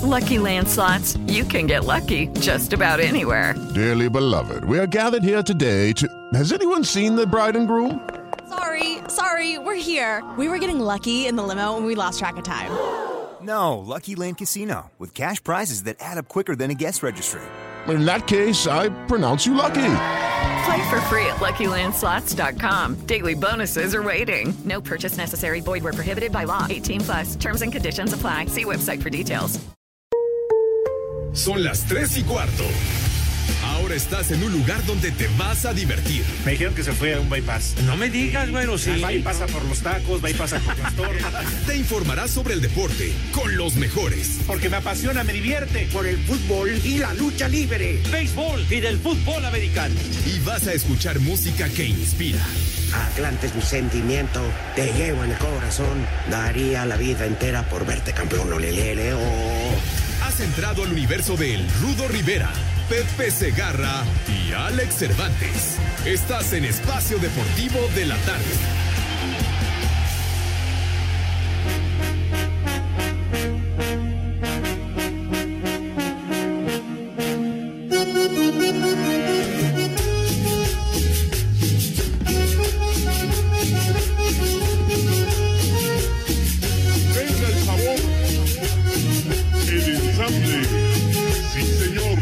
Lucky Land Slots, you can get lucky just about anywhere. Dearly beloved, we are gathered here today to... Has anyone seen the bride and groom? Sorry, we're here. We were getting lucky in the limo and we lost track of time. No, Lucky Land Casino, with cash prizes that add up quicker than a guest registry. In that case, I pronounce you lucky. Play for free at LuckyLandSlots.com. Daily bonuses are waiting. No purchase necessary. Void where prohibited by law. 18+. Terms and conditions apply. See website for details. Son las 3:15. Ahora estás en un lugar donde te vas a divertir. Me dijeron que se fue a un bypass. No me digas, bueno, sí. Va y pasa por los tacos, va y pasa por las torres. Te informarás sobre el deporte con los mejores. Porque me apasiona, me divierte. Por el fútbol y la lucha libre. Béisbol y del fútbol americano. Y vas a escuchar música que inspira. Atlante es mi sentimiento, te llevo en el corazón. Daría la vida entera por verte campeón, olelele, oh. Has entrado al universo de El Rudo Rivera, Pepe Segarra y Alex Cervantes. Estás en Espacio Deportivo de la Tarde. Venga el jabón, el ensamble, sí señor.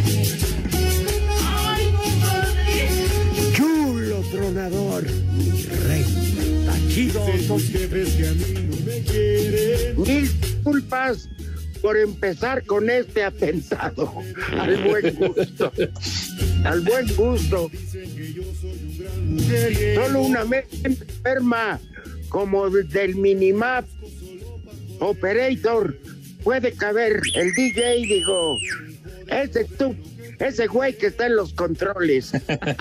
Chulo tronador, mi rey, tachido. Esos jefes que a mí no me quieren. Mil disculpas por empezar con este atentado al buen gusto. Al buen gusto. Solo una mente enferma como del Minimap Operator puede caber. El DJ, digo, ese güey que está en los controles,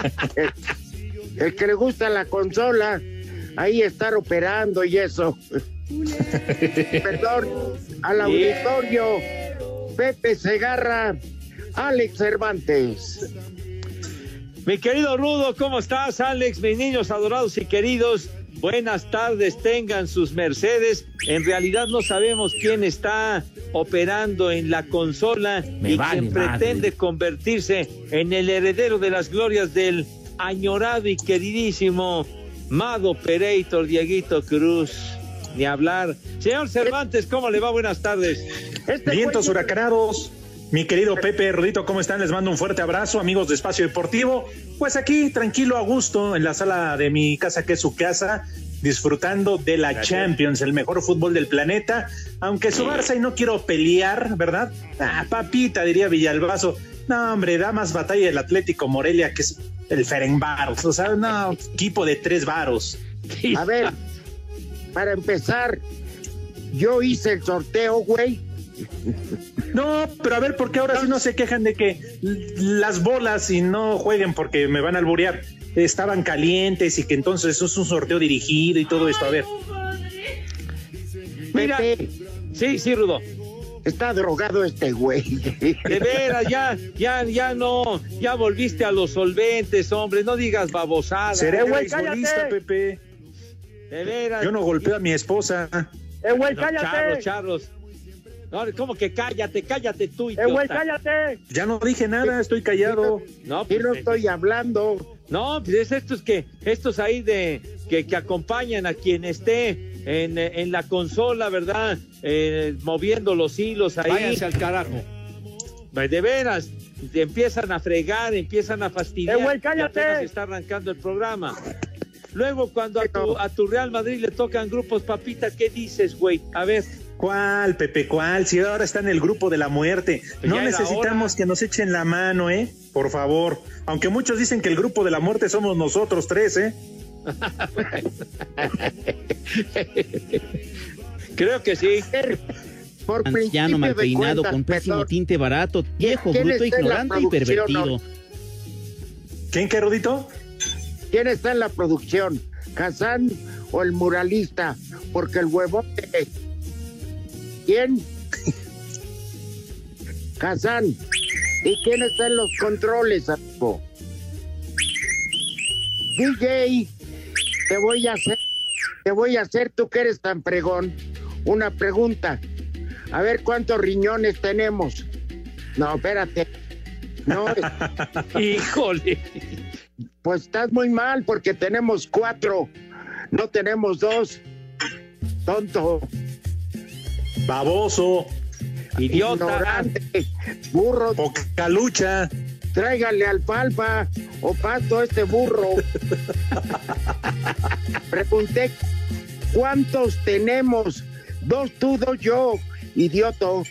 el que le gusta la consola, ahí estar operando y eso. Perdón, al auditorio, Pepe Segarra, Alex Cervantes. Mi querido Rudo, ¿cómo estás, Alex? Mis niños adorados y queridos, buenas tardes, tengan sus mercedes. En realidad no sabemos quién está operando en la consola y quién pretende convertirse en el heredero de las glorias del añorado y queridísimo Mado Operator, Dieguito Cruz. Ni hablar. Señor Cervantes, ¿cómo le va? Buenas tardes. Vientos huracanados. Mi querido Pepe, Rudito, ¿cómo están? Les mando un fuerte abrazo, amigos de Espacio Deportivo. Pues aquí, tranquilo, a gusto, en la sala de mi casa, que es su casa, disfrutando de la Champions, el mejor fútbol del planeta. Aunque su Barça, y no quiero pelear, ¿verdad? Papita, diría Villalbazo. No, hombre, da más batalla el Atlético Morelia, que es el Ferencváros. O sea, no, equipo de 3 varos. A ver, para empezar, yo hice el sorteo, güey. No, pero a ver, ¿por qué ahora sí no se quejan de que las bolas y no jueguen porque me van a alburear? Estaban calientes y que entonces eso es un sorteo dirigido y todo esto. A ver. Mira, sí, Rudo. Está drogado este güey. De veras, ya no, ya volviste a los solventes, hombre, no digas babosadas. Seré beisbolista, Pepe. De veras. Yo no golpeo a mi esposa. Güey, cállate. Charros. No, ¿cómo que cállate tú, idiota? Güey, cállate. Ya no dije nada, estoy callado. No, pues, no estoy hablando. No, pues estos ahí que acompañan a quien esté en la consola, ¿verdad? Moviendo los hilos ahí. Váyanse al carajo. De veras, te empiezan a fregar, empiezan a fastidiar. Güey, cállate. Se está arrancando el programa. Luego, cuando a tu Real Madrid le tocan grupos, papita, ¿qué dices, güey? A ver. ¿Cuál, Pepe? ¿Cuál? Si ahora está en el grupo de la muerte. Pues no necesitamos que nos echen la mano, por favor. Aunque muchos dicen que el grupo de la muerte somos nosotros 3, Creo que sí. Por anciano mal peinado con pésimo tinte barato, viejo, bruto, ignorante y pervertido. ¿Quién, qué, Rudito? ¿Quién está en la producción? ¿Kazán o el muralista? Porque el huevote... ¿Quién? Kazán. ¿Y quién está en los controles, amigo? DJ, te voy a hacer, tú que eres tan pregón, una pregunta. A ver cuántos riñones tenemos. No, espérate. No, híjole. Pues estás muy mal porque tenemos 4. No tenemos 2. Tonto. Baboso. Idiota. Ignorante. Burro. Poca lucha. Tráigale alfalfa o pasto a este burro. Pregunté, ¿cuántos tenemos? 2 tú, 2 yo, idioto.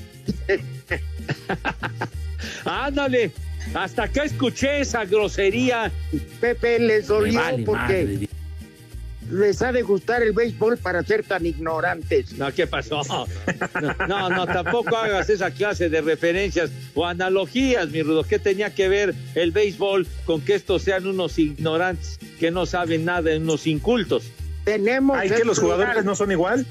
Ándale, hasta acá escuché esa grosería. Pepe, les dolió porque les ha de gustar el béisbol para ser tan ignorantes. No, ¿qué pasó? No, tampoco hagas esa clase de referencias o analogías, mi Rudo. ¿Qué tenía que ver el béisbol con que estos sean unos ignorantes que no saben nada, unos incultos? Tenemos. ¿Hay que los jugadores no son igual?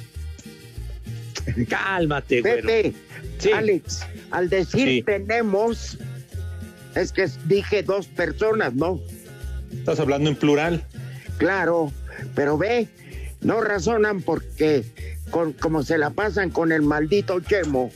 Cálmate, güey. Pepe, sí. Alex, al decir tenemos, es que dije 2 personas, ¿no? Estás hablando en plural. Claro, pero ve, no razonan porque como se la pasan con el maldito Chemo.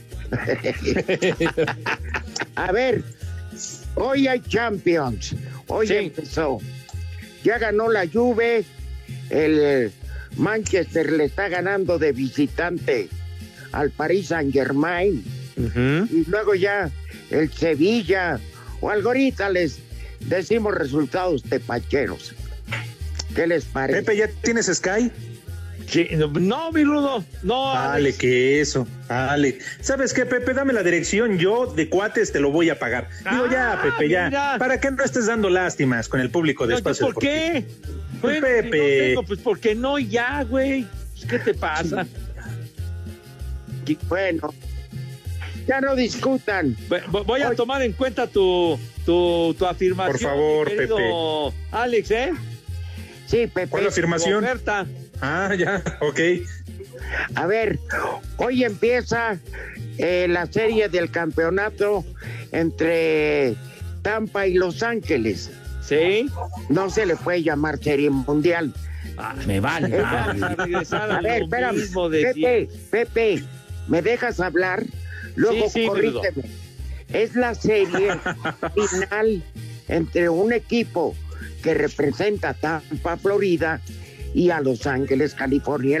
A ver, hoy hay Champions, hoy empezó. Ya ganó la Juve, el Manchester le está ganando de visitante al Paris Saint-Germain, y luego ya el Sevilla, o algo ahorita les decimos resultados tepacheros. ¿Qué les parece? Pepe, ¿ya tienes Sky? Sí, no, mi Rudo, no. Dale, que eso, dale. ¿Sabes qué, Pepe? Dame la dirección, yo de cuates te lo voy a pagar. Digo, ya, Pepe, ya. Mira. ¿Para qué no estés dando lástimas con el público de Espacio ¿Por qué? Pues, Pepe. Si no tengo, pues porque no ya, güey. ¿Qué te pasa? Bueno, ya no discutan. Voy a tomar en cuenta tu afirmación. Por favor, querido Pepe. Alex, ¿eh? Sí, Pepe. ¿Cuál afirmación? Oferta. Ah, ya, ok. A ver, hoy empieza la serie del campeonato entre Tampa y Los Ángeles. Sí. No se le puede llamar serie mundial. Me vale. A ver, espérame. Pepe, ¿me dejas hablar? Luego corrígeme. Es la serie final entre un equipo que representa a Tampa, Florida, y a Los Ángeles, California.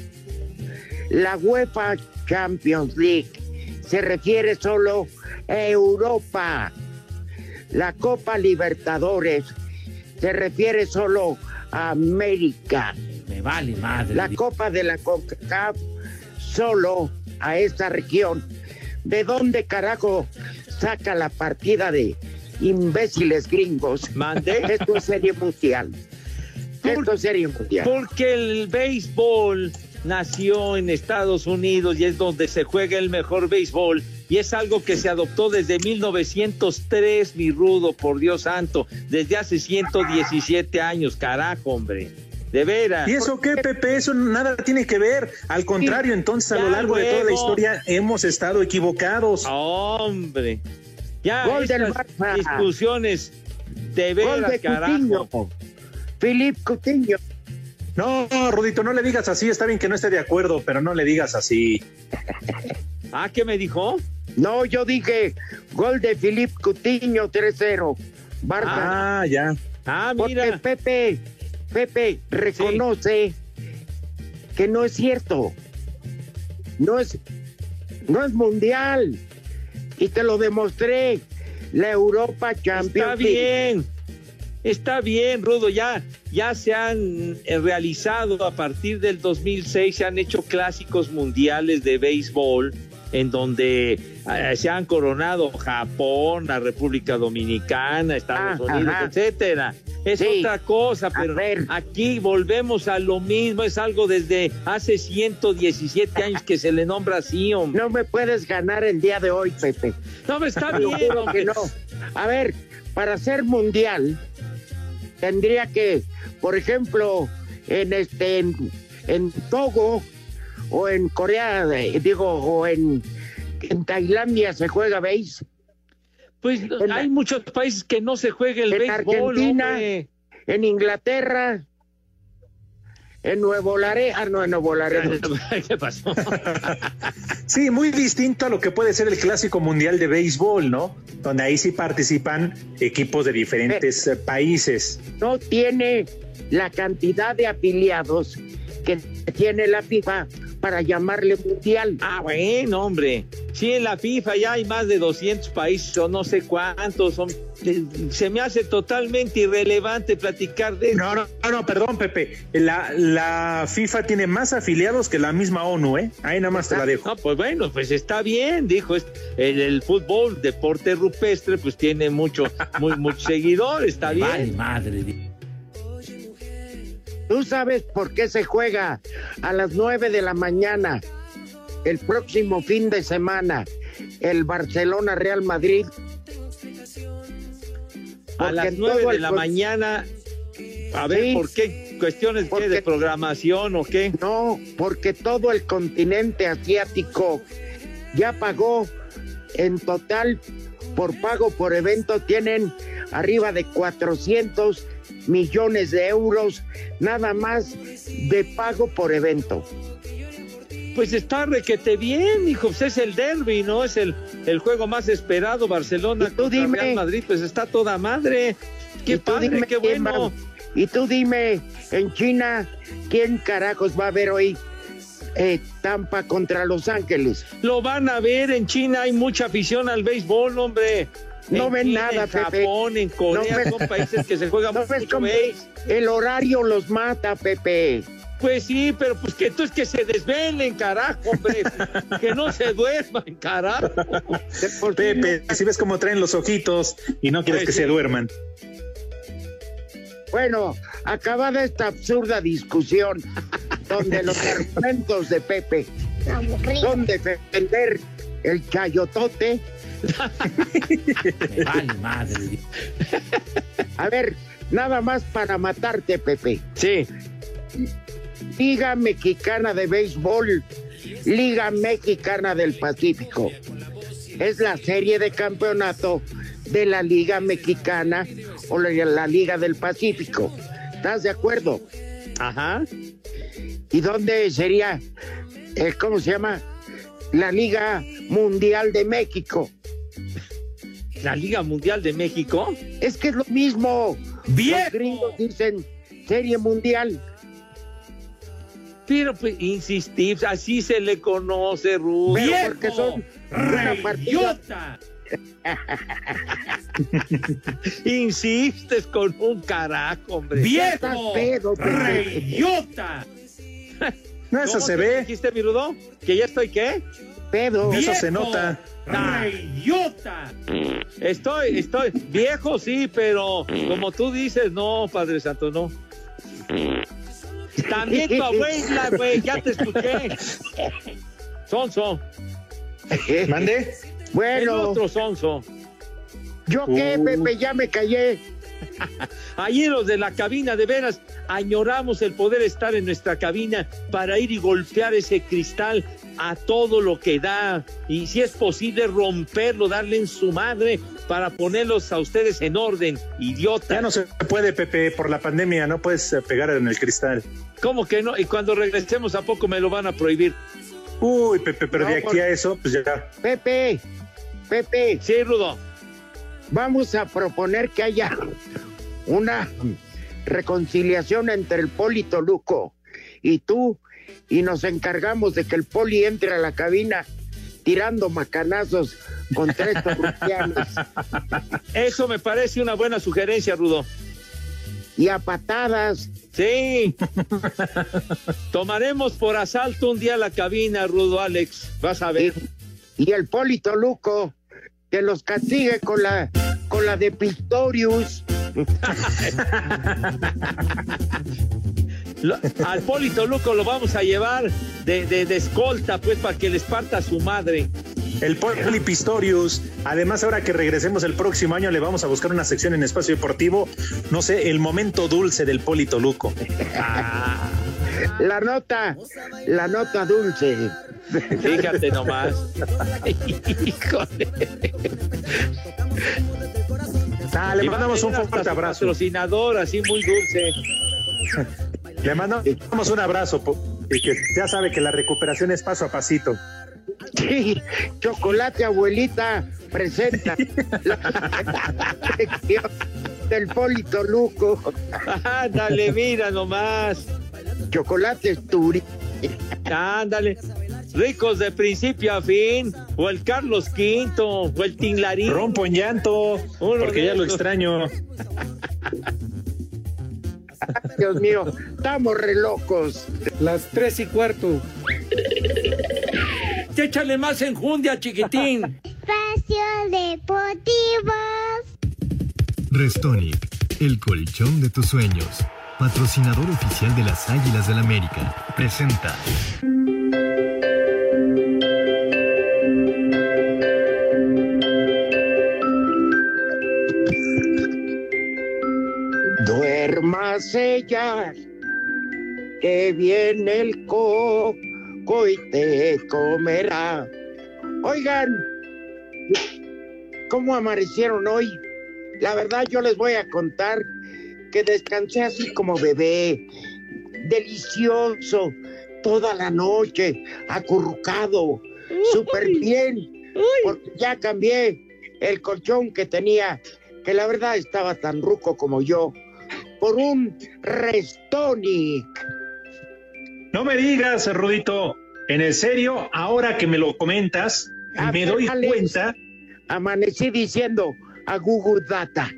La UEFA Champions League se refiere solo a Europa. La Copa Libertadores se refiere solo a América. Me vale madre. La Copa de la CONCACAF solo a esta región. ¿De dónde carajo saca la partida de imbéciles gringos? ¿Mande? Esto es serie mundial. Esto es serie mundial. Porque el béisbol nació en Estados Unidos y es donde se juega el mejor béisbol, y es algo que se adoptó desde 1903, mi Rudo, por Dios santo, desde hace 117 años, carajo, hombre. De veras. ¿Y eso qué, Pepe? Eso nada tiene que ver. Al contrario, entonces, a lo largo de toda la historia hemos estado equivocados. Hombre. Ya, Gol del estas Barça. discusiones de veras, Gol de carajo. Coutinho. Philippe Coutinho. No, Rudito, no le digas así. Está bien que no esté de acuerdo, pero no le digas así. ¿Ah, qué me dijo? No, yo dije gol de Philippe Coutinho, 3-0. Barça. Ah, ya. Ah, mira. Porque Pepe reconoce que no es cierto. No es mundial. Y te lo demostré. La Europa Champions League. Está bien, Rudo, ya se han realizado a partir del 2006, se han hecho clásicos mundiales de béisbol en donde se han coronado Japón, la República Dominicana, Estados Unidos, etcétera. Es otra cosa, pero aquí volvemos a lo mismo, es algo desde hace 117 años que se le nombra así, hombre. No me puedes ganar el día de hoy, Pepe. No, me está bien, hombre. Que no. A ver, para ser mundial tendría que, por ejemplo, en Togo o en Corea, o en Tailandia se juega béis. Pues hay muchos países que no se juega el béisbol. En Argentina, hombre. en Inglaterra, en Nuevo Laredo. No, en Nuevo Laredo. ¿Qué pasó? Sí, muy distinto a lo que puede ser el Clásico Mundial de Béisbol, ¿no? Donde ahí sí participan equipos de diferentes países. No tiene la cantidad de afiliados que tiene la FIFA para llamarle mundial. Ah, bueno, hombre. Sí, en la FIFA ya hay más de 200 países o no sé cuántos. Se me hace totalmente irrelevante platicar de eso. No, perdón, Pepe. La FIFA tiene más afiliados que la misma ONU, ¿eh? Ahí nada más te la dejo. No, pues bueno, pues está bien, dijo. El fútbol, deporte rupestre, pues tiene muchos seguidores, está bien. Vale, madre. ¿Tú sabes por qué se juega a las 9 de la mañana el próximo fin de semana el Barcelona-Real Madrid? A las 9 de la mañana. A ver, sí. ¿Por qué? ¿Cuestiones de programación o qué? No, porque todo el continente asiático ya pagó en total, por pago por evento, tienen arriba de 400 millones de euros nada más de pago por evento. Pues está requete bien, hijo, pues es el derbi, ¿no? Es el juego más esperado, Barcelona contra Real Madrid, pues está toda madre. Qué padre, qué bueno. Y tú dime, en China, ¿quién carajos va a ver hoy Tampa contra Los Ángeles? Lo van a ver, en China hay mucha afición al béisbol, hombre. No ven nada, en Pepe. Japón, en Corea, son países que se juegan mucho béis. El horario los mata, Pepe. Pues sí, pero pues que entonces que se desvelen, carajo, hombre. Que no se duerman, carajo. Pepe, si ves cómo traen los ojitos y no quieres que se duerman. Bueno, acabada esta absurda discusión donde los argumentos de Pepe son defender el chayotote. Vale, madre. A ver, nada más para matarte, Pepe. Sí. Liga Mexicana de Béisbol, Liga Mexicana del Pacífico. Es la serie de campeonato de la Liga Mexicana o la Liga del Pacífico. ¿Estás de acuerdo? Ajá. ¿Y dónde sería, cómo se llama? La Liga Mundial de México. ¿La Liga Mundial de México? Es que es lo mismo. ¡Bien! Los gringos dicen Serie Mundial. Pero pues insistir, así se le conoce, Rudo. Pero porque son una partida. Insistes con un carajo, hombre. ¡Viejo! ¡Reyota! No, eso se ve. ¿Dijiste, mi Rudo? ¿Que ya estoy qué? Pedo. Eso se nota. ¡Reyota! Estoy viejo, sí, pero como tú dices, no, Padre Santo, no. También tu abuela, güey, ya te escuché. Sonso. ¿Mande? Bueno. El otro sonso. ¿Yo qué, Pepe? Ya me callé. Allí los de la cabina, de veras, añoramos el poder estar en nuestra cabina para ir y golpear ese cristal a todo lo que da, y si es posible romperlo, darle en su madre para ponerlos a ustedes en orden, idiota. Ya no se puede, Pepe, por la pandemia, no puedes pegar en el cristal. ¿Cómo que no? Y cuando regresemos, ¿a poco me lo van a prohibir? Uy, Pepe, pero no, de aquí a eso, pues ya. Pepe. Sí, Rudo. Vamos a proponer que haya una reconciliación entre el Poli Toluco y tú, y nos encargamos de que el Poli entre a la cabina tirando macanazos con 3 torrucianos. Eso me parece una buena sugerencia, Rudo. Y a patadas. Sí. Tomaremos por asalto un día la cabina, Rudo, Alex. Vas a ver. Y el Poli Toluco que los castigue con la de Pistorius. Al Poli Toluco lo vamos a llevar de escolta, pues, para que les parta a su madre. El Poli Pistorius. Además, ahora que regresemos el próximo año, le vamos a buscar una sección en Espacio Deportivo, no sé, el momento dulce del Poli Toluco. La nota dulce. Fíjate nomás. Híjole. Le mandamos un fuerte abrazo. Patrocinador, así muy dulce. Le mandamos un abrazo y que ya sabe que la recuperación es paso a pasito. Sí, Chocolate Abuelita presenta la sección del Polito Luco. Ándale, mira nomás. Chocolate Turi. Ándale. Ricos de principio a fin. O el Carlos V, o el Tinlarín. Rompo en llanto, porque ya lo extraño. Dios mío, estamos re locos. Las 3:15. Échale más enjundia, chiquitín. Espacio Deportivo. Restonic, el colchón de tus sueños. Patrocinador oficial de las Águilas del América. Presenta. Duérmase ya, que viene el coco y te comerá. Oigan, ¿cómo amanecieron hoy? La verdad, yo les voy a contar que descansé así como bebé, delicioso, toda la noche, acurrucado, súper bien, porque ya cambié el colchón que tenía, que la verdad estaba tan ruco como yo, por un Restonic. No me digas, Rudito, en serio, ahora que me lo comentas, me doy cuenta. Amanecí diciendo a Google Data.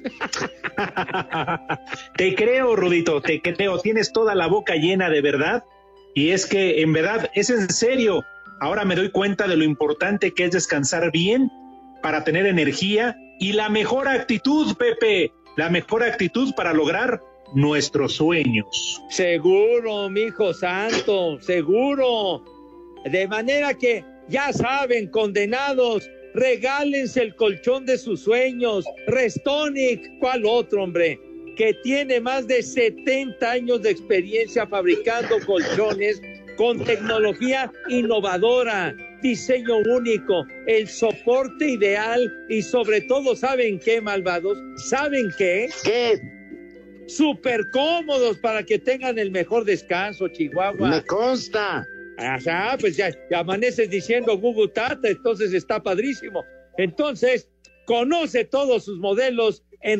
Te creo, Rudito, te creo, tienes toda la boca llena de verdad, y es que en verdad, es en serio, ahora me doy cuenta de lo importante que es descansar bien para tener energía y la mejor actitud, Pepe, la mejor actitud para lograr nuestros sueños. Seguro, mijo santo, seguro. De manera que, ya saben, condenados, regálense el colchón de sus sueños. Restonic, ¿cuál otro, hombre? Que tiene más de 70 años de experiencia fabricando colchones con tecnología innovadora, diseño único, el soporte ideal y sobre todo, ¿saben qué, malvados? ¿Saben qué? ¿Qué? Súper cómodos para que tengan el mejor descanso, Chihuahua. Me consta. Ajá, pues ya amaneces diciendo Google Tata, entonces está padrísimo. Entonces, conoce todos sus modelos en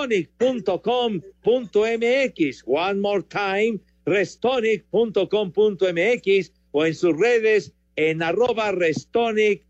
restonic.com.mx. One more time, restonic.com.mx o en sus redes en @RestonicMX.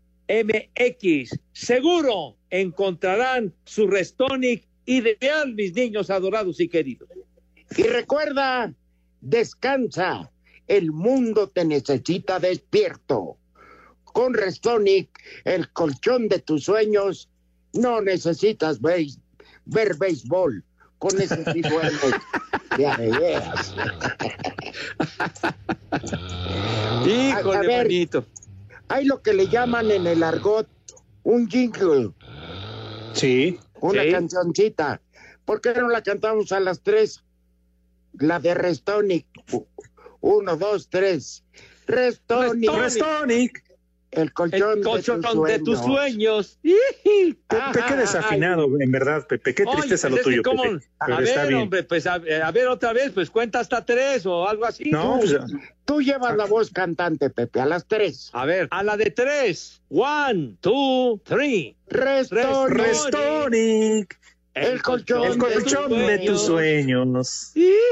Seguro encontrarán su Restonic ideal, mis niños adorados y queridos. Y recuerda, descansa. El mundo te necesita despierto. Con Restonic, el colchón de tus sueños, no necesitas ver béisbol. Con ese sí duermes de areas. Híjole, bonito. Hay lo que le llaman en el argot un jingle. Sí. Una cancioncita. ¿Por qué no la cantamos a las 3? La de Restonic. 1, 2, 3. Restonic. El colchón de tus sueños. Pepe, qué desafinado, en verdad, Pepe. Qué tristeza lo tuyo, Pepe. A ver, hombre, pues a ver otra vez, pues cuenta hasta 3 o algo así. No, tú llevas la voz cantante, Pepe, a las 3. A ver, a la de 3. 1, 2, 3. Restonic. El colchón de tus sueños.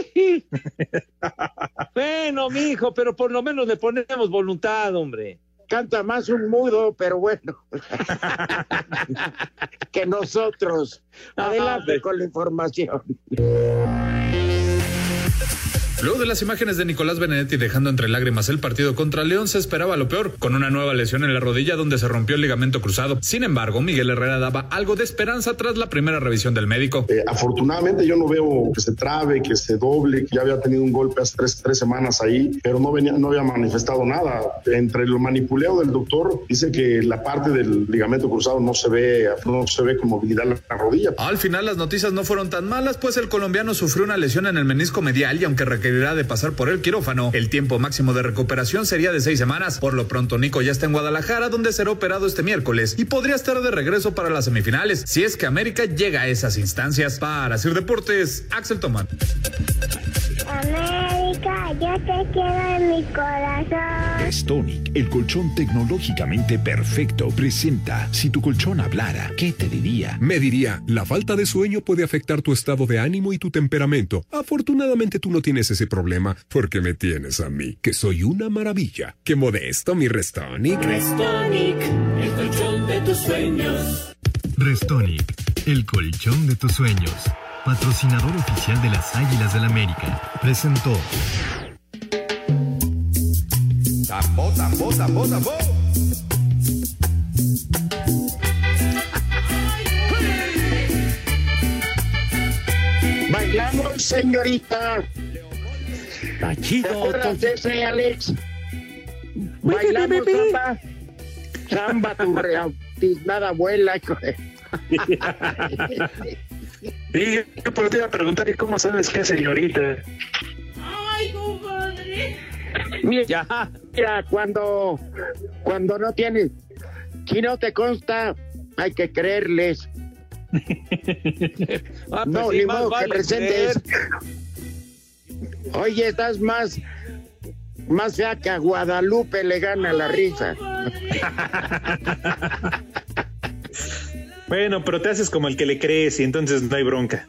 Bueno, mijo, pero por lo menos le ponemos voluntad, hombre. Canta más un mudo, pero bueno. Que nosotros. Adelante con la información. Luego de las imágenes de Nicolás Benedetti dejando entre lágrimas el partido contra León, se esperaba lo peor, con una nueva lesión en la rodilla donde se rompió el ligamento cruzado. Sin embargo, Miguel Herrera daba algo de esperanza tras la primera revisión del médico. Afortunadamente yo no veo que se trabe, que se doble, que ya había tenido un golpe hace tres semanas ahí, pero no había manifestado nada. Entre el manipuleo del doctor, dice que la parte del ligamento cruzado no se ve con movilidad en la rodilla. Al final las noticias no fueron tan malas, pues el colombiano sufrió una lesión en el menisco medial y aunque requerirá de pasar por el quirófano, el tiempo máximo de recuperación sería de 6 semanas. Por lo pronto, Nico ya está en Guadalajara, donde será operado este miércoles y podría estar de regreso para las semifinales, si es que América llega a esas instancias. Para Sir Deportes, Axel Tomán. América. yo te quiero en mi corazón. Restonic, el colchón tecnológicamente perfecto, presenta Si tu colchón hablara, ¿qué te diría? Me diría, la falta de sueño puede afectar tu estado de ánimo y tu temperamento. Afortunadamente tú no tienes ese problema, porque me tienes a mí, que soy una maravilla. ¡Qué modesto, mi Restonic! Restonic, el colchón de tus sueños. Restonic, el colchón de tus sueños. Patrocinador oficial de las Águilas del América. Presentó. Tambo, tambo, tambo, tambo. Bailamos, señorita. Está chido. ¿Te acuerdas de ese, Alex? Bailamos, samba. Samba, tu reautisnada abuela. Sí, yo te iba a preguntar, ¿y cómo sabes qué, señorita? Ay, compadre. Mira, cuando no tienes, si no te consta, hay que creerles. Pues no, sí, ni más modo vale que presentes. Oye, estás más fea que a Guadalupe le gana la risa. Bueno, pero te haces como el que le crees y entonces no hay bronca.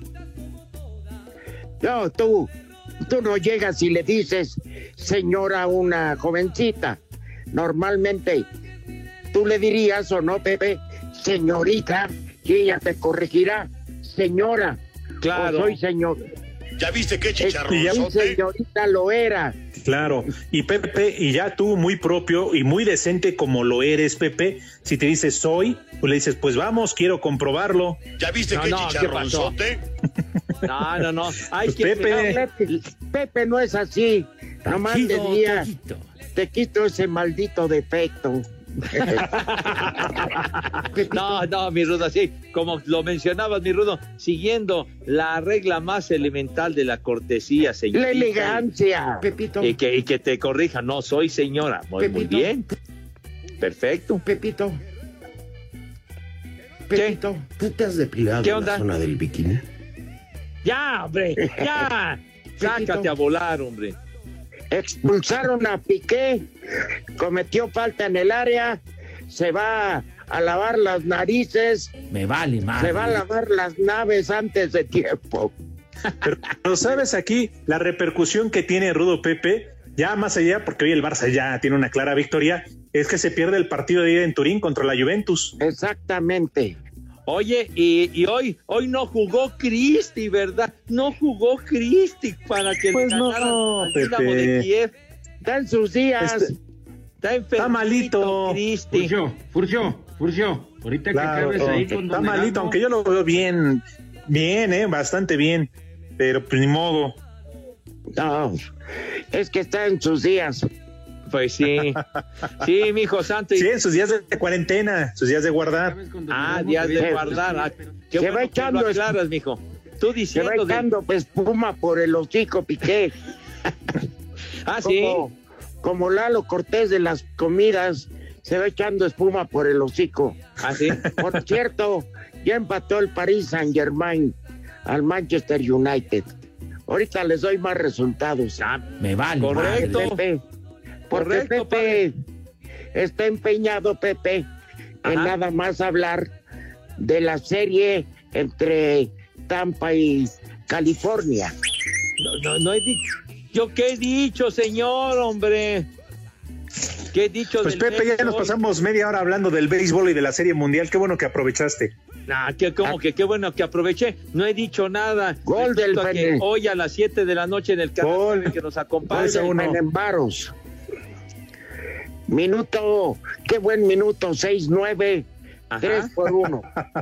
No, tú no llegas y le dices señora a una jovencita. Normalmente tú le dirías, o no, Pepe, señorita, y ella te corregirá, señora. Claro. O soy señor. ¿Ya viste qué chicharrón? Señorita lo era. Claro, y Pepe, y ya tú muy propio y muy decente como lo eres, Pepe, si te dices soy, pues le dices, pues vamos, quiero comprobarlo. ¿Ya viste qué chicharronzote? No. Ay, pues Pepe no es así. Nomás te diría, te quito ese maldito defecto. No, mi Rudo, sí, como lo mencionabas, mi Rudo, siguiendo la regla más elemental de la cortesía, señor. La elegancia, Pepito. Y que te corrija, no, soy señora. Muy bien. Perfecto. Pepito, ¿tú te has depilado en la zona del bikini? Ya, hombre, ya. Sácate a volar, hombre. Expulsaron a Piqué, cometió falta en el área, se va a lavar las narices. Me vale madre. Se va a lavar las naves antes de tiempo. Pero sabes aquí la repercusión que tiene Rudo, Pepe, ya más allá, porque hoy el Barça ya tiene una clara victoria, es que se pierde el partido de ida en Turín contra la Juventus. Exactamente. Oye, y hoy no jugó Cristi, ¿verdad? No jugó Cristi para que pues ganara no, al Dinamo de Kiev. Está en sus días. Está malito. Cristi. Furcio. Ahorita claro, que acabes ahí con está Don malito, Erasmo. aunque yo lo veo bien, bastante bien, pero pues ni modo. No, es que está en sus días. Pues sí, mijo santo. Sí, en sus días de cuarentena, sus días de guardar. Días de guardar. Qué se bueno va que echando, lo aclaras, mijo. Tú diciendo. Se va echando espuma por el hocico, Piqué. Sí. Como Lalo Cortés de las comidas, se va echando espuma por el hocico. Sí. Por cierto, ya empató el Paris Saint-Germain al Manchester United. Ahorita les doy más resultados. Me vale. Correcto. Pepe, porque Correcto, Pepe está empeñado, Pepe, en nada más hablar de la serie entre Tampa y California. No he dicho. ¿Yo qué he dicho, señor, hombre? ¿Qué he dicho? Pues Pepe, ya nos pasamos media hora hablando del béisbol y de la Serie Mundial. Qué bueno que aprovechaste. Qué bueno que aproveché. No he dicho nada. Gol del que hoy a las 7 de la noche en el canal que nos acompaña. En Varos. Minuto, qué buen minuto, 6-9, 3-1.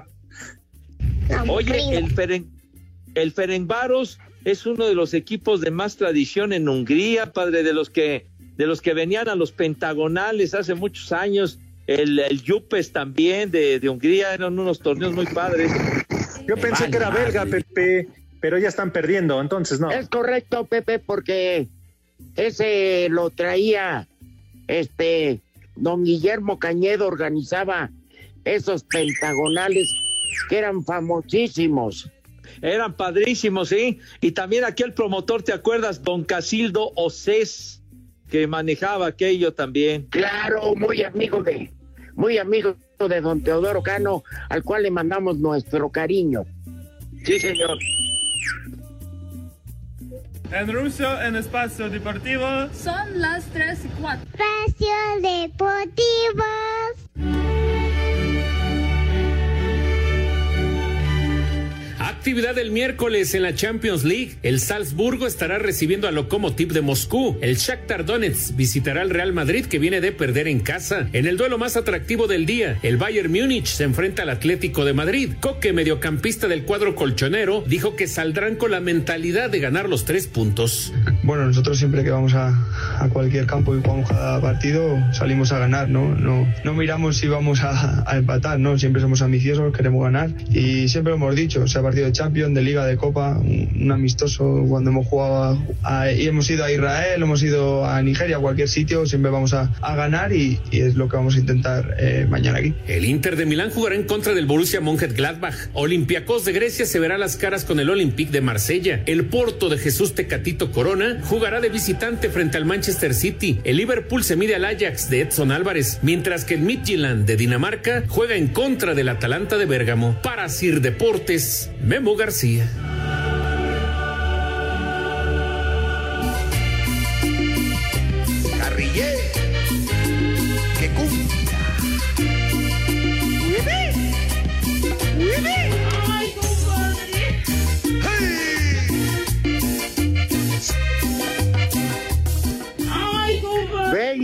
Oye, el Ferencváros es uno de los equipos de más tradición en Hungría, padre, de los que venían a los pentagonales hace muchos años. El Yupes también de Hungría, eran unos torneos muy padres. Yo pensé que era belga, Pepe, pero ya están perdiendo, entonces no. Es correcto, Pepe, porque ese lo traía don Guillermo Cañedo, organizaba esos pentagonales que eran famosísimos. Eran padrísimos, sí. Y también aquel promotor, ¿te acuerdas? Don Casildo Océs, que manejaba aquello también. Claro, muy amigo de don Teodoro Cano, al cual le mandamos nuestro cariño. Sí, señor. En ruso, en Espacio Deportivo. Son las 3:04. Espacio Deportivo. Actividad el miércoles en la Champions League. El Salzburgo estará recibiendo al Lokomotiv de Moscú. El Shakhtar Donetsk visitará al Real Madrid, que viene de perder en casa. En el duelo más atractivo del día, el Bayern Múnich se enfrenta al Atlético de Madrid. Coque, mediocampista del cuadro colchonero, dijo que saldrán con la mentalidad de ganar los 3 puntos. Bueno, nosotros siempre que vamos a cualquier campo y jugamos cada partido, salimos a ganar, ¿no? No miramos si vamos a empatar, ¿no? Siempre somos ambiciosos, queremos ganar y siempre lo hemos dicho, sea partido de Champions, de Liga, de Copa, un amistoso cuando hemos jugado y hemos ido a Israel, hemos ido a Nigeria, a cualquier sitio, siempre vamos a ganar y es lo que vamos a intentar mañana aquí. El Inter de Milán jugará en contra del Borussia Mönchengladbach. Olympiacos de Grecia se verá las caras con el Olympique de Marsella. El Porto de Jesús Tecatito Corona jugará de visitante frente al Manchester City. El Liverpool se mide al Ajax de Edson Álvarez, mientras que el Midtjylland de Dinamarca juega en contra del Atalanta de Bérgamo. Para Sir Deportes, Memo García. Carrillé, que cumbia. ¡Uebe! ¡Uebe! ¡Ay, compadre! ¡Ay, compadre!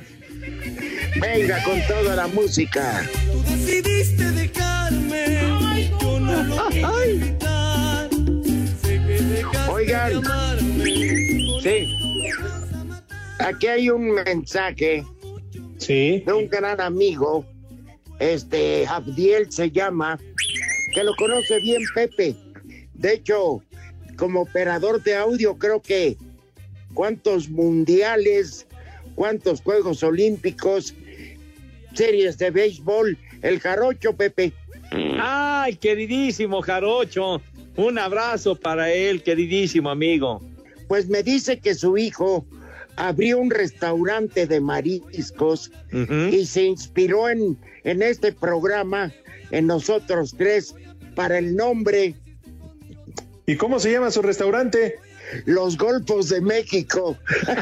Venga con toda la música. Tú decidiste dejarme. Ay, yo no lo quiero evitar. Sé que dejaste Oigan, de amarme. Sí. Aquí hay un mensaje de un gran amigo, Abdiel se llama, que lo conoce bien Pepe. De hecho, como operador de audio, creo que cuántos mundiales, cuántos Juegos Olímpicos, series de béisbol, el Jarocho, Pepe. Ay, queridísimo Jarocho, un abrazo para él, queridísimo amigo. Pues me dice que su hijo abrió un restaurante de mariscos y se inspiró en este programa, en nosotros tres, para el nombre. ¿Y cómo se llama su restaurante? Los Golfos de México.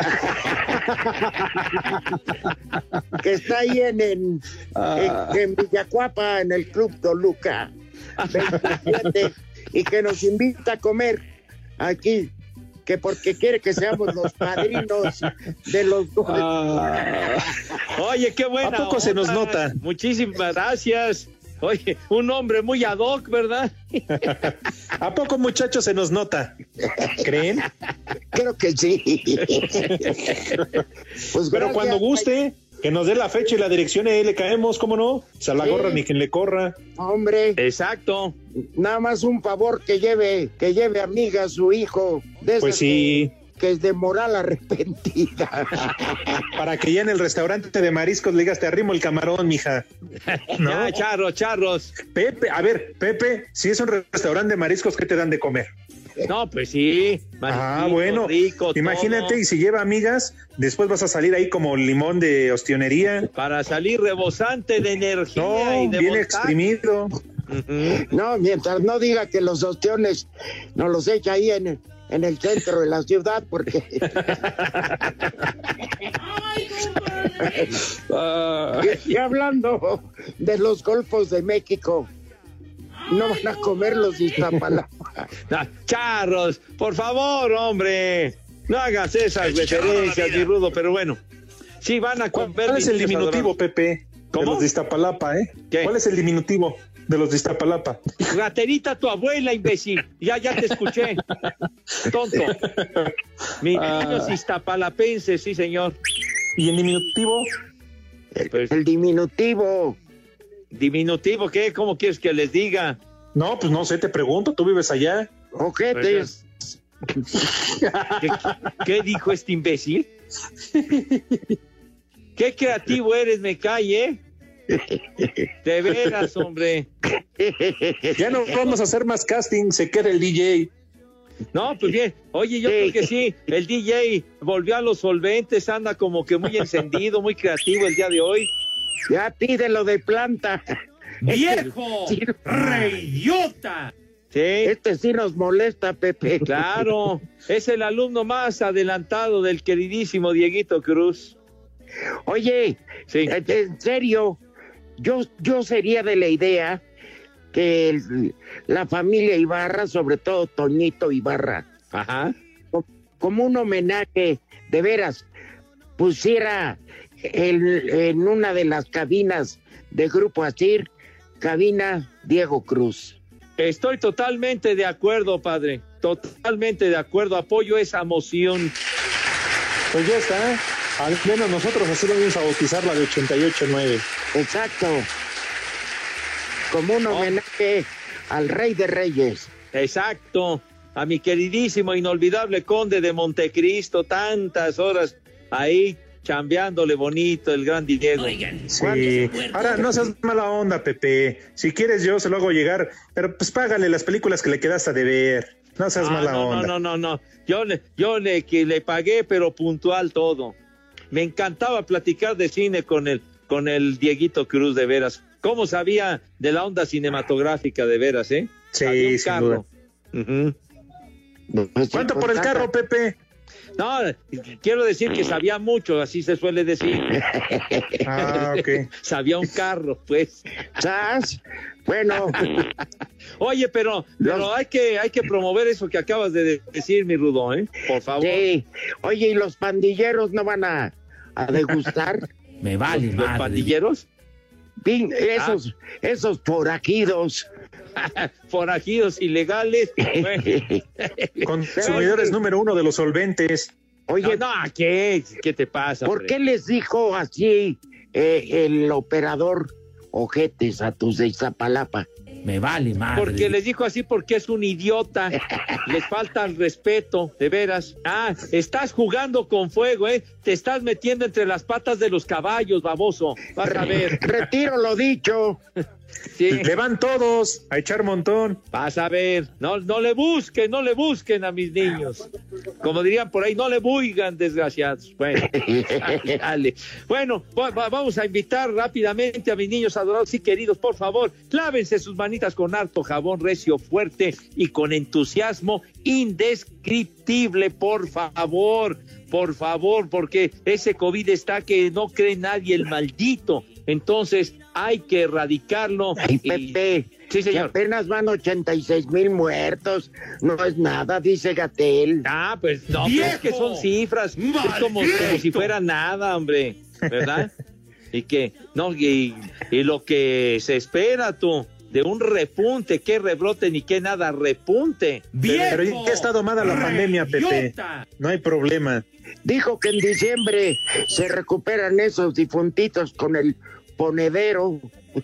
Que está ahí en Villacuapa, en el Club Toluca 27, y que nos invita a comer aquí, que porque quiere que seamos los padrinos de los golfos. Oye, qué buena. ¿A poco se nos nota? Muchísimas gracias. Oye, un hombre muy ad hoc, ¿verdad? ¿A poco, muchachos, se nos nota? ¿Creen? Creo que sí. Pues pero cuando guste, que nos dé la fecha y la dirección y ahí le caemos, ¿cómo no? Se la gorra ni quien le corra. Hombre. Exacto. Nada más un favor, que lleve amiga a su hijo. De pues sí. Que es de moral arrepentida. Para que ya en el restaurante de mariscos le digas, te arrimo el camarón, mija. ¿No? Ya, charros. Pepe, a ver, Pepe, si es un restaurante de mariscos, ¿qué te dan de comer? No, pues sí. Bueno, rico, imagínate, todo. Y si lleva amigas, después vas a salir ahí como limón de ostionería. Para salir rebosante de energía y de bien voltaje. exprimido. No, mientras no diga que los ostiones nos los echa ahí en el centro de la ciudad, porque y hablando de los Golfos de México, no van a comer los de Iztapalapa. Charros, por favor, hombre, no hagas esas referencias, mi Rudo, pero bueno, sí van a comer. ¿Cuál es el diminutivo, Pepe? ¿Cómo? De los de Iztapalapa, ¿eh? ¿Qué? ¿Cuál es el diminutivo de los de Iztapalapa? Raterita tu abuela, imbécil. Ya te escuché. Tonto. Niños iztapalapenses, sí, señor. ¿Y el diminutivo? El diminutivo. ¿Diminutivo qué? ¿Cómo quieres que les diga? No, pues no sé, te pregunto, tú vives allá. Ojetes. ¿Qué dijo este imbécil? Qué creativo eres, me cae, ¿eh? De veras, hombre. Ya no vamos a hacer más casting, se queda el DJ. No, pues bien. Oye, yo creo que sí. El DJ volvió a los solventes, anda como que muy encendido, muy creativo el día de hoy. Ya pídelo de planta. ¡Viejo! ¡Reidiota! Sí. Este sí nos molesta, Pepe. Claro, es el alumno más adelantado del queridísimo Dieguito Cruz. Oye, sí. En serio, yo sería de la idea que la familia Ibarra, sobre todo Toñito Ibarra, ajá, como un homenaje, de veras, pusiera en una de las cabinas de Grupo Asir, cabina Diego Cruz. Estoy totalmente de acuerdo, padre, totalmente de acuerdo, apoyo esa moción. Pues ya está, al menos nosotros así vamos a bautizar la de 88.9. Exacto. Como un homenaje al Rey de Reyes. Exacto, a mi queridísimo, inolvidable Conde de Montecristo, tantas horas ahí chambeándole bonito el gran Diego. Oigan, sí, ahora no seas mala onda, Pepe, si quieres yo se lo hago llegar, pero pues págale las películas que le quedaste de ver, no seas mala onda. No, yo le pagué, pero puntual todo. Me encantaba platicar de cine con el Dieguito Cruz, de veras. ¿Cómo sabía de la onda cinematográfica, de veras, eh? Sí, sin duda. Uh-huh. ¿Cuánto por el carro, Pepe? No, quiero decir que sabía mucho, así se suele decir. Ah, ok. Sabía un carro, pues. ¿Sabes? Bueno. Oye, pero hay que promover eso que acabas de decir, mi Rudo, ¿eh? Por favor. Sí. Oye, ¿y los pandilleros no van a degustar? Me vale, ¿los pandilleros? Esos forajidos. Forajidos ilegales. Consumidores número 1 de los solventes. Oye, ¿qué te pasa? ¿Por qué les dijo así el operador ojetes a tus de Iztapalapa? Me vale madre. Porque les dijo así porque es un idiota. Les falta el respeto, de veras. Estás jugando con fuego, ¿eh? Te estás metiendo entre las patas de los caballos, baboso. Vas a ver. Retiro lo dicho. Sí. Le van todos a echar montón. Vas a ver. No le busquen a mis niños. Como dirían por ahí, no le buigan, desgraciados. Bueno, dale. Bueno, vamos a invitar rápidamente a mis niños adorados y queridos, por favor, lávense sus manitas con harto jabón recio, fuerte y con entusiasmo indescriptible, por favor, porque ese COVID está que no cree nadie, el maldito. Entonces hay que erradicarlo. Ay, Pepe, sí, señor. Apenas van 86,000 muertos. No es nada, dice Gatell. Pues no, pero es que son cifras. ¡Maldito! Es como si fuera nada, hombre, ¿verdad? y lo que se espera, tú, de un repunte, que rebrote ni que nada repunte. Pero ya está domada la pandemia, Pepe. No hay problema. Dijo que en diciembre se recuperan esos difuntitos con el ponedero.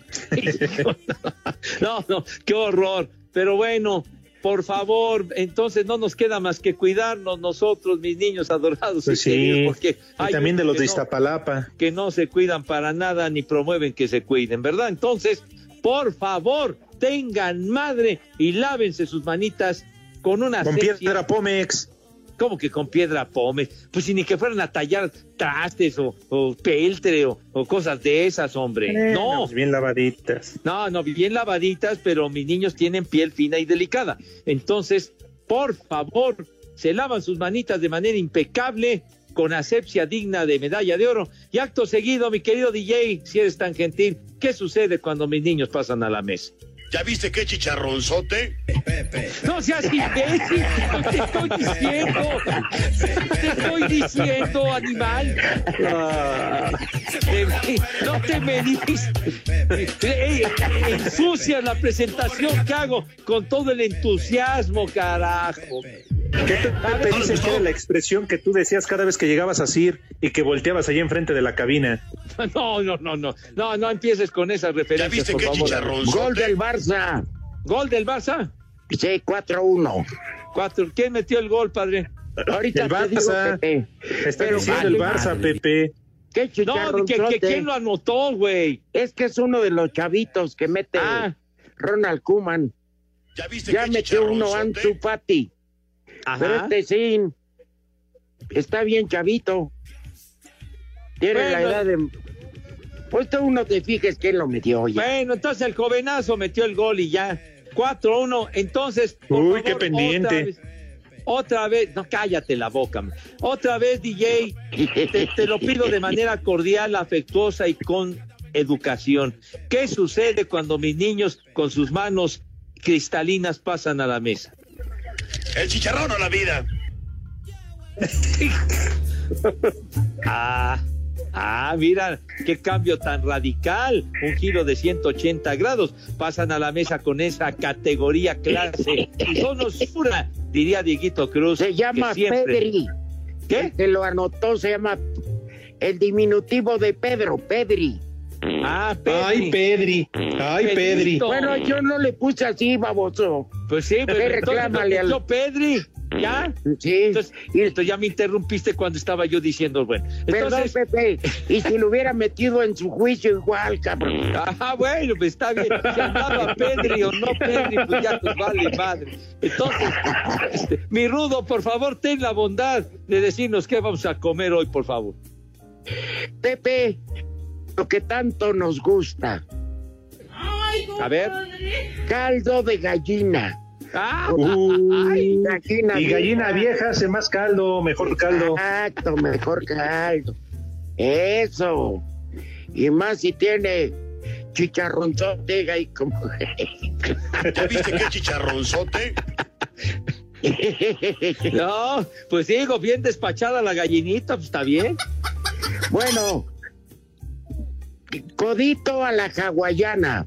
No, qué horror. Pero bueno, por favor, entonces no nos queda más que cuidarnos nosotros, mis niños adorados. Pues y queridos, porque y también de los de Iztapalapa. Que no se cuidan para nada ni promueven que se cuiden, ¿verdad? Entonces, por favor, tengan madre y lávense sus manitas con una con piedra Pómex. ¿Cómo que con piedra Pómex? Pues si ni que fueran a tallar trastes o peltre o cosas de esas, hombre. No. Bien lavaditas. No, bien lavaditas, pero mis niños tienen piel fina y delicada. Entonces, por favor, se lavan sus manitas de manera impecable, con asepsia digna de medalla de oro. Y acto seguido, mi querido DJ, si eres tan gentil, ¿qué sucede cuando mis niños pasan a la mesa? ¿Ya viste qué chicharronzote? No seas imbécil, te estoy diciendo, animal. No te medís. Ensucias la presentación que hago con todo el entusiasmo, carajo. ¿Qué te dices que era la expresión que tú decías cada vez que llegabas a CIR y que volteabas allí enfrente de la cabina? No empieces con esas referencias, ¿Ya viste por qué favor. chicharrón? Gol del Barça. ¿Gol del Barça? Sí, 4-1. ¿Quién metió el gol, padre? Ahorita el te Barça. digo, Pepe. Está diciendo el Barça, Pepe. ¿Qué chicharronzote? No, ¿quién lo anotó, güey? Es que es uno de los chavitos que mete Ronald Koeman. Ya metió uno Ansu Fati. Pero sí, está bien chavito. Tiene la edad de... Pues tú no te fijes quién lo metió ya. Bueno, entonces el jovenazo metió el gol y ya. 4-1, entonces... Uy, qué pendiente. Otra vez, no, cállate la boca. Otra vez, DJ, te lo pido de manera cordial, afectuosa y con educación. ¿Qué sucede cuando mis niños con sus manos cristalinas pasan a la mesa? El chicharrón o la vida. Mira, qué cambio tan radical, un giro de 180 grados, pasan a la mesa con esa categoría, clase y donosura, diría Dieguito Cruz. Se llama Pedri. ¿Qué? El que lo anotó se llama el diminutivo de Pedro, Pedri. Pedri. Ay, Pedri. Bueno, yo no le puse así, baboso. Pues sí, pero reclámale al Pedri. ¿Ya? Sí. Entonces ya me interrumpiste cuando estaba yo diciendo, bueno. Entonces... Perdón, Pepe, y si lo hubiera metido en su juicio igual, cabrón. Bueno, pues está bien. Si andaba Pedri o no Pedri, pues ya nos vale madre. Entonces, mi Rudo, por favor, ten la bondad de decirnos qué vamos a comer hoy, por favor. Pepe, lo que tanto nos gusta. A ver. Caldo de gallina. Gallina y gallina vieja hace más caldo, mejor caldo. Exacto, mejor caldo. Eso. Y más si tiene chicharronzote ahí como. ¿Ya viste qué chicharronzote? No, pues digo, bien despachada la gallinita, pues está bien. Bueno, codito a la hawaiana.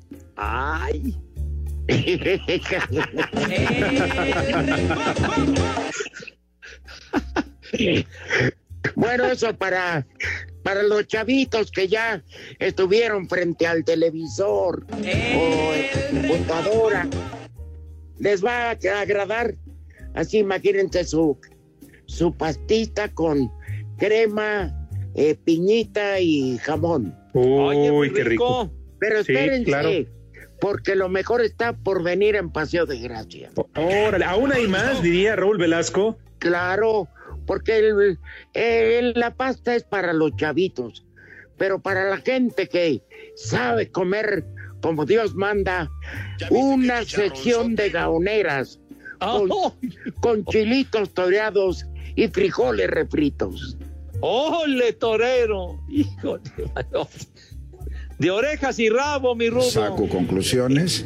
Bueno, eso para los chavitos que ya estuvieron frente al televisor o computadora, les va a agradar. Así imagínense su pastita con crema, piñita y jamón. Uy, qué rico. Pero espérense, sí, claro, porque lo mejor está por venir en Paseo de Gracia. Órale, aún hay más, diría Raúl Velasco. Claro, porque la pasta es para los chavitos, pero para la gente que sabe comer como Dios manda, una sección de gaoneras con chilitos toreados y frijoles refritos. ¡Ole, torero! ¡Hijo de mano! De orejas y rabo, mi Rudo. Saco conclusiones.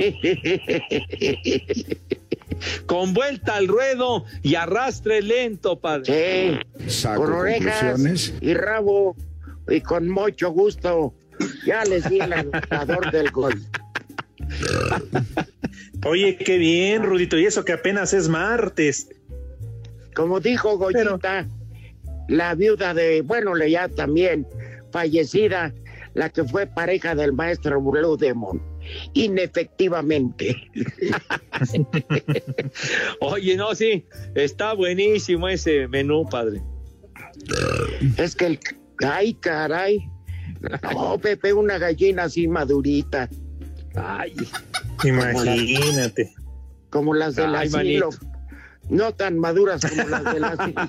Con vuelta al ruedo y arrastre lento, padre. Sí, saco con orejas y rabo y con mucho gusto. Ya les di el anotador del gol. Oye, qué bien, Rudito, y eso que apenas es martes. Como dijo Goyita, la viuda de, ya también fallecida, la que fue pareja del maestro Blue Demon, inefectivamente. Oye, no, sí, está buenísimo ese menú, padre. Es que ay, caray. No, Pepe, una gallina así madurita. Ay, imagínate. Como las del asilo. No tan maduras como las del asilo.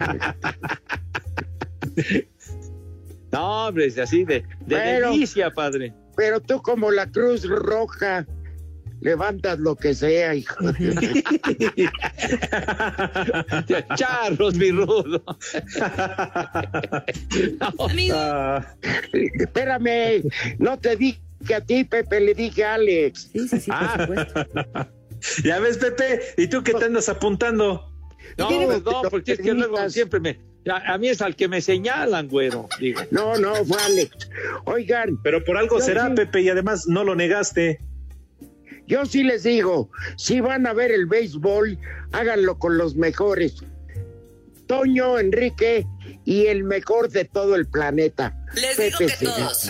No, hombre, es así de delicia, padre. Pero tú como la Cruz Roja levantas lo que sea, hijo. Charros, mi Rudo. Espérame, no te dije a ti, Pepe, le dije a Alex. Sí, por supuesto. Ya ves, Pepe, ¿y tú qué te andas apuntando? No, porque es que luego siempre a mí es al que me señalan, güero. Digo. No, fue Alex. Oigan. Pero por algo será, Pepe, y además no lo negaste. Yo sí les digo, si van a ver el béisbol, háganlo con los mejores. Toño, Enrique y el mejor de todo el planeta. Les digo que todos.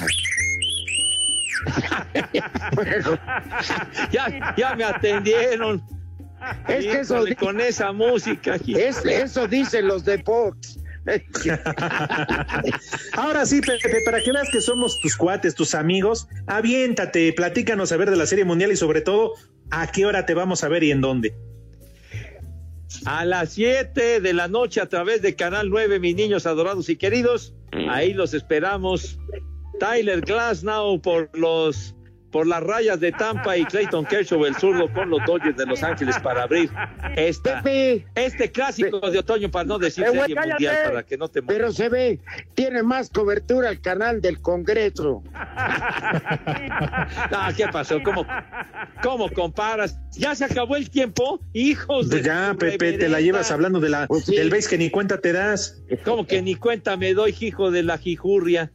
Bueno. ya me atendieron. Es que eso con esa música. Eso dicen los de Fox. Ahora sí, Pepe, para que veas que somos tus cuates, tus amigos, aviéntate, platícanos a ver de la Serie Mundial y sobre todo, ¿a qué hora te vamos a ver y en dónde? A las 7 de la noche a través de Canal 9, mis niños adorados y queridos. Ahí los esperamos. Tyler Glasnow por las Rayas de Tampa y Clayton Kershaw, el zurdo, con los Dodgers de Los Ángeles para abrir este clásico de otoño, para no decir Serie Mundial, para que no te muevas. Pero se ve, tiene más cobertura el canal del Congreso. ¿Qué pasó? ¿Cómo comparas? ¿Ya se acabó el tiempo? Hijos de... Ya, Pepe, te la llevas hablando de del béis que ni cuenta te das. ¿Cómo que ni cuenta me doy, hijo de la jijurria?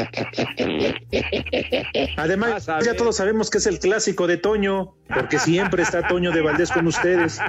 Además, ya todos sabemos que es el clásico de Toño, porque siempre está Toño de Valdés con ustedes.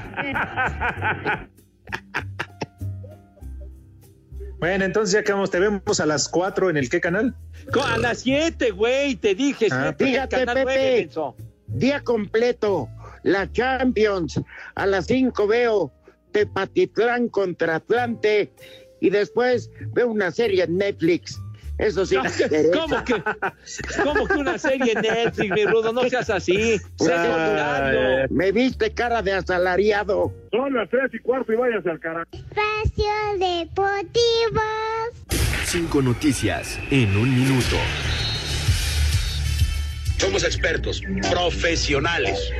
Bueno, entonces ya quedamos, te vemos a las 4 en el ¿qué canal? A las 7, güey, te dije. Fíjate, Pepe, día completo, la Champions, a las 5 veo Tepatitlán contra Atlante y después veo una serie en Netflix. Eso sí. ¿Cómo que una serie en Netflix, mi Rudo? No seas así. Me viste cara de asalariado. Son las 3:15 y váyase al carajo. Espacio Deportivo. 5 noticias en 1 minuto. Somos expertos, profesionales.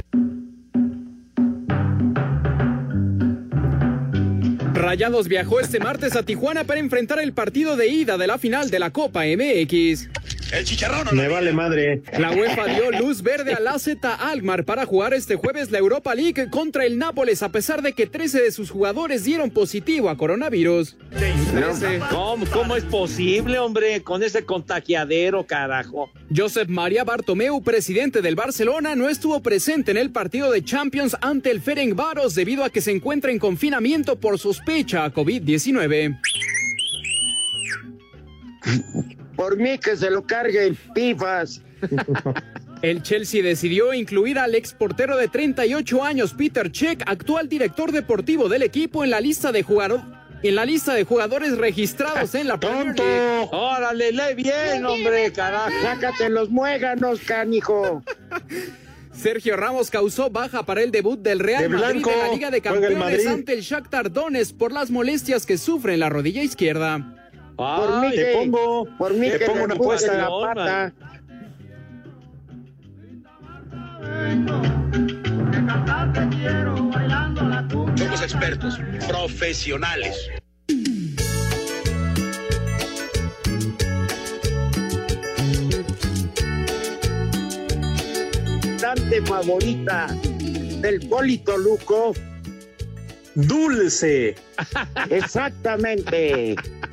Rayados viajó este martes a Tijuana para enfrentar el partido de ida de la final de la Copa MX. El chicharrón me vale madre. La UEFA dio luz verde al AZ Alkmaar para jugar este jueves la Europa League contra el Nápoles, a pesar de que 13 de sus jugadores dieron positivo a coronavirus. ¿Cómo es posible, hombre, con ese contagiadero, carajo? Josep María Bartomeu, presidente del Barcelona, no estuvo presente en el partido de Champions ante el Ferencváros debido a que se encuentra en confinamiento por sospecha a COVID-19. Por mí que se lo carguen, pifas. El Chelsea decidió incluir al exportero de 38 años, Peter Cech, actual director deportivo del equipo, en la lista de jugadores registrados en la Premier League. ¡Órale, lee bien, hombre, carajo! ¡Sácate los muéganos, canijo! Sergio Ramos causó baja para el debut del Real Madrid en la Liga de Campeones ante el Shakhtar Donetsk por las molestias que sufre en la rodilla izquierda. Por mí te pongo una apuesta en la pata. Somos expertos, profesionales. Cantante favorita del Poli Toluco. Dulce. Exactamente.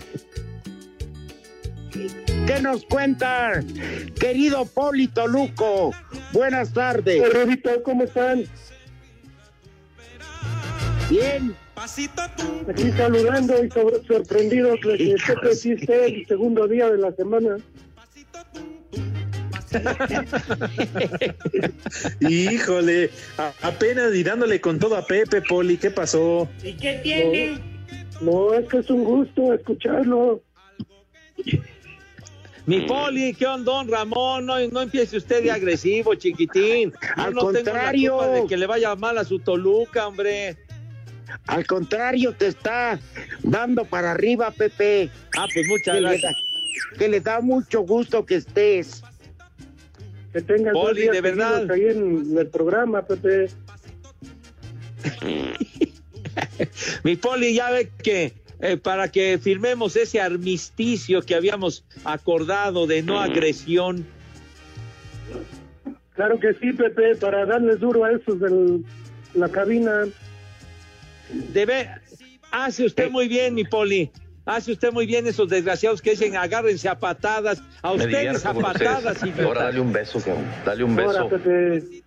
¿Qué nos cuenta, querido Poli Toluco? Buenas tardes. Rudito, ¿cómo están? Bien. Aquí saludando y sorprendidos de que Pepe existe el segundo día de la semana. Híjole, apenas y dándole con todo a Pepe, Poli, ¿qué pasó? ¿Y qué tiene? No, es que es un gusto escucharlo. Mi Poli, ¿qué onda, don Ramón? No empiece usted de agresivo, chiquitín. Al contrario. Tengo la culpa de que le vaya mal a su Toluca, hombre. Al contrario, te está dando para arriba, Pepe. Pues muchas gracias. Que le da mucho gusto que estés. Que tengan Poli, días de verdad. Ahí en el programa, Pepe. Mi Poli, ya ve que para que firmemos ese armisticio que habíamos acordado de no agresión. Claro que sí, Pepe, para darles duro a esos de la cabina. Hace usted muy bien, mi Poli. Hace usted muy bien, esos desgraciados que dicen agárrense a patadas. A ustedes a patadas. Ahora dale un beso, dale un beso. Ahora, Pepe.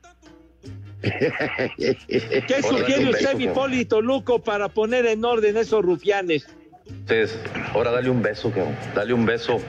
¿Qué sugiere usted, mi Poli Toluco, para poner en orden esos rufianes? Entonces, ahora dale un beso, dale un beso.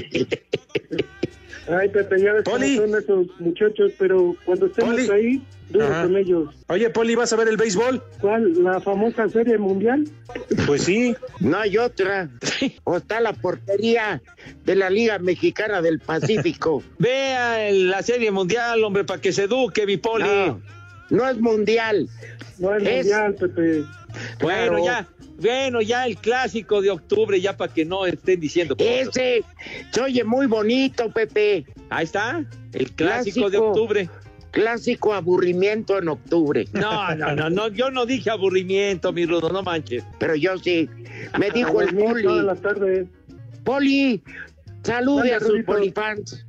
Ay, Pepe, ya ves cómo son esos muchachos, pero cuando estemos ahí, duro con ellos. Oye, Poli, ¿vas a ver el béisbol? ¿Cuál? ¿La famosa Serie Mundial? Pues sí. No hay otra. O está la portería de la Liga Mexicana del Pacífico. Vea la Serie Mundial, hombre, para que se eduque, mi Poli. No es mundial. No es mundial, Pepe. Bueno, Claro. ya el clásico de octubre, ya para que no estén diciendo cosas. Ese se oye muy bonito, Pepe. Ahí está, el clásico de octubre. Clásico aburrimiento en octubre. No, yo no dije aburrimiento, mi Rudo, no manches. Pero yo sí. Me dijo el Poli. Todas las tardes. Poli, salude Hola, a sus Rudito. polifans.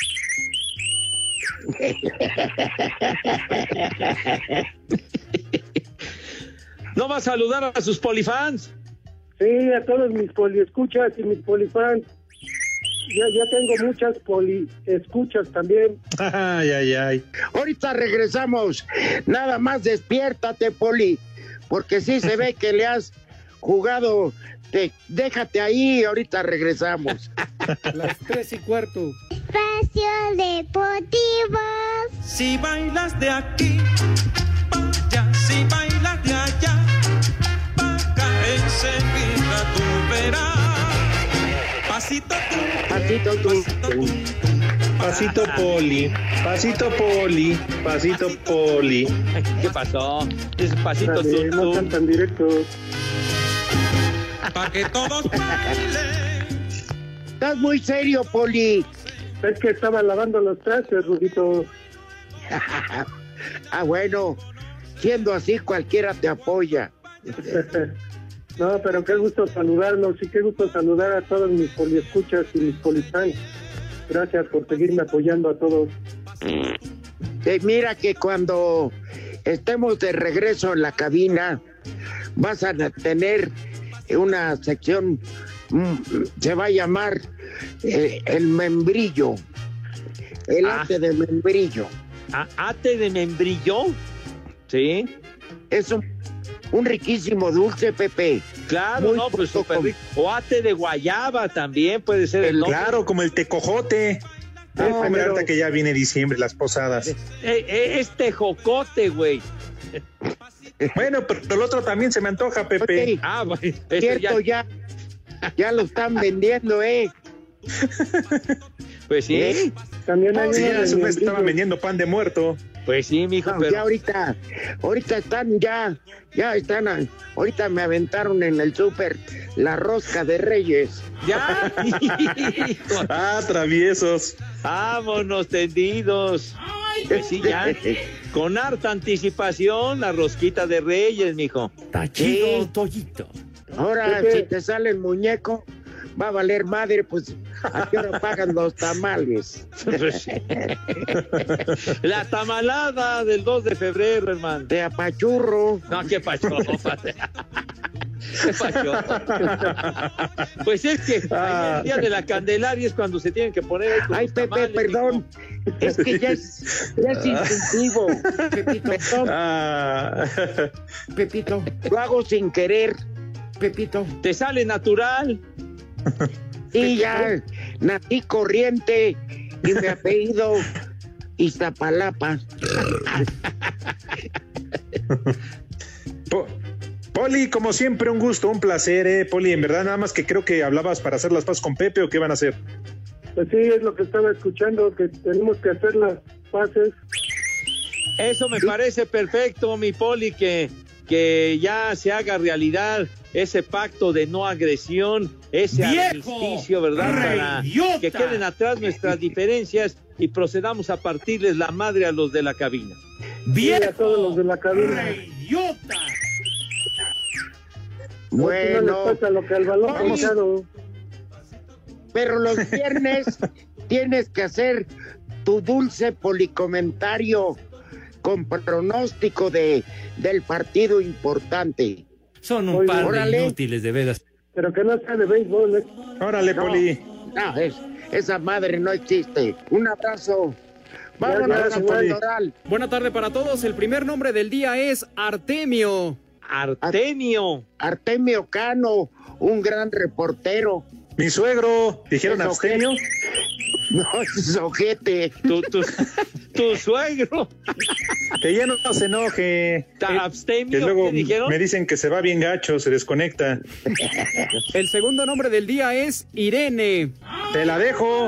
¿No va a saludar a sus polifans? Sí, a todos mis poliescuchas y mis polifans. Ya tengo muchas poliescuchas también. Ay. Ahorita regresamos. Nada más despiértate, Poli. Porque sí se ve que le has jugado. Déjate ahí, ahorita regresamos. Las 3:15. Espacio Deportivo. Si bailas de aquí, pa' allá, si bailas de allá, pa' acá, enseguida tú verás. Pasito tú, Pasito tú. Pasito Poli, pasito Poli, pasito Poli. ¿Qué pasó? Es pasito Dale, no tú. sean tan directos. pa' que todos bailen. Estás muy serio, Poli. Es que estaba lavando los trastes, Rudito. Bueno, siendo así cualquiera te apoya. No, pero qué gusto saludarlos y qué gusto saludar a todos mis poliescuchas y mis polifans. Gracias por seguirme apoyando a todos. Mira que cuando estemos de regreso en la cabina, vas a tener una sección, se va a llamar el membrillo, el ate de membrillo. ¿Ate de membrillo? Sí. Es un riquísimo dulce, Pepe. Claro, Muy no, pues poco súper rico. O ate de guayaba también puede ser el nombre. Claro, como el tecojote. Hombre, ahorita que ya viene diciembre, las posadas. Es tejocote, güey. Bueno, pero el otro también se me antoja, Pepe. Ah, bueno. Cierto, ya lo están vendiendo, Pues sí. También hay Sí, uno de hace un mes membrillo. estaban vendiendo pan de muerto. Pues sí, mijo, No, pero... ya ahorita están, ahorita me aventaron en el súper la rosca de Reyes. ¡Ya! Traviesos. ¡Vámonos tendidos! Pues sí, ya. Con harta anticipación, la rosquita de Reyes, mijo. Está chido, Toyito. Ahora, Pepe. si te sale el muñeco, va a valer madre, pues, ¿a qué hora pagan los tamales? La tamalada del 2 de febrero, hermano. De apachurro. No, qué pacho. ¿Qué pacho? Pues es que ahí el día de la Candelaria es cuando se tienen que poner ahí con Ay, los Pepe, tamales, perdón. Es que ya es instintivo. Pepito, perdón. Pepito, lo hago sin querer. Pepito. Te sale natural. Sí, ya nací Corriente y mi apellido Iztapalapa. Poli, como siempre, un gusto, un placer, Poli. En verdad, nada más que creo que hablabas para hacer las paces con Pepe, ¿o qué van a hacer? Pues sí, es lo que estaba escuchando, que tenemos que hacer las paces. Eso me parece perfecto, mi Poli, que ya se haga realidad ese pacto de no agresión, ese armisticio, ¿verdad? Para que queden atrás nuestras diferencias y procedamos a partirles la madre a los de la cabina. Sí, a todos los de la cabina. Bueno, no les pasa lo que al balón ponchado. Pero los viernes tienes que hacer tu dulce policomentario con pronóstico del partido importante. Son un par de inútiles, de veras. Pero que no sea de béisbol, ¿eh? Órale, Poli. No, esa madre no existe. Un abrazo. Vámonos a Doral. Buena tarde para todos. El primer nombre del día es Artemio. Artemio Cano, un gran reportero. Mi suegro, ¿dijeron Eso, abstemio? No, es ojete. Tu suegro. Que ya no se enoje. Abstemio, que luego ¿qué dijeron? me dicen que se va bien gacho, se desconecta. El segundo nombre del día es Irene. Te la dejo.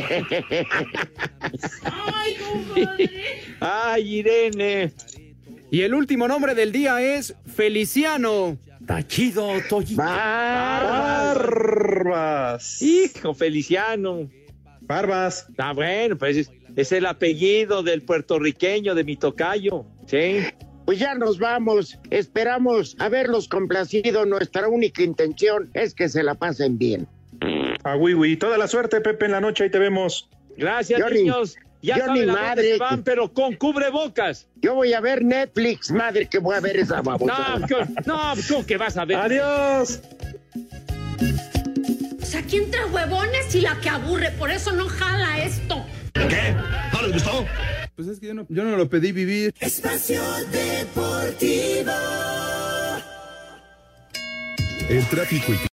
Ay, Irene. Y el último nombre del día es Feliciano. Tachido, Toyi. Barbas. Hijo, Feliciano. Barbas. Ah, bueno, pues es el apellido del puertorriqueño, de mi tocayo. Sí. Pues ya nos vamos. Esperamos haberlos complacido. Nuestra única intención es que se la pasen bien. Ah, oui. Toda la suerte, Pepe, en la noche. Ahí te vemos. Gracias, niños. Ya saben a dónde se van, pero con cubrebocas. Yo voy a ver Netflix, madre, que voy a ver esa babosa. No, ¿cómo que vas a ver? ¡Adiós! O sea, ¿quién trae huevones y la que aburre? Por eso no jala esto. ¿Qué? ¿No les gustó? Pues es que yo no lo pedí vivir. Espacio Deportivo. El tráfico y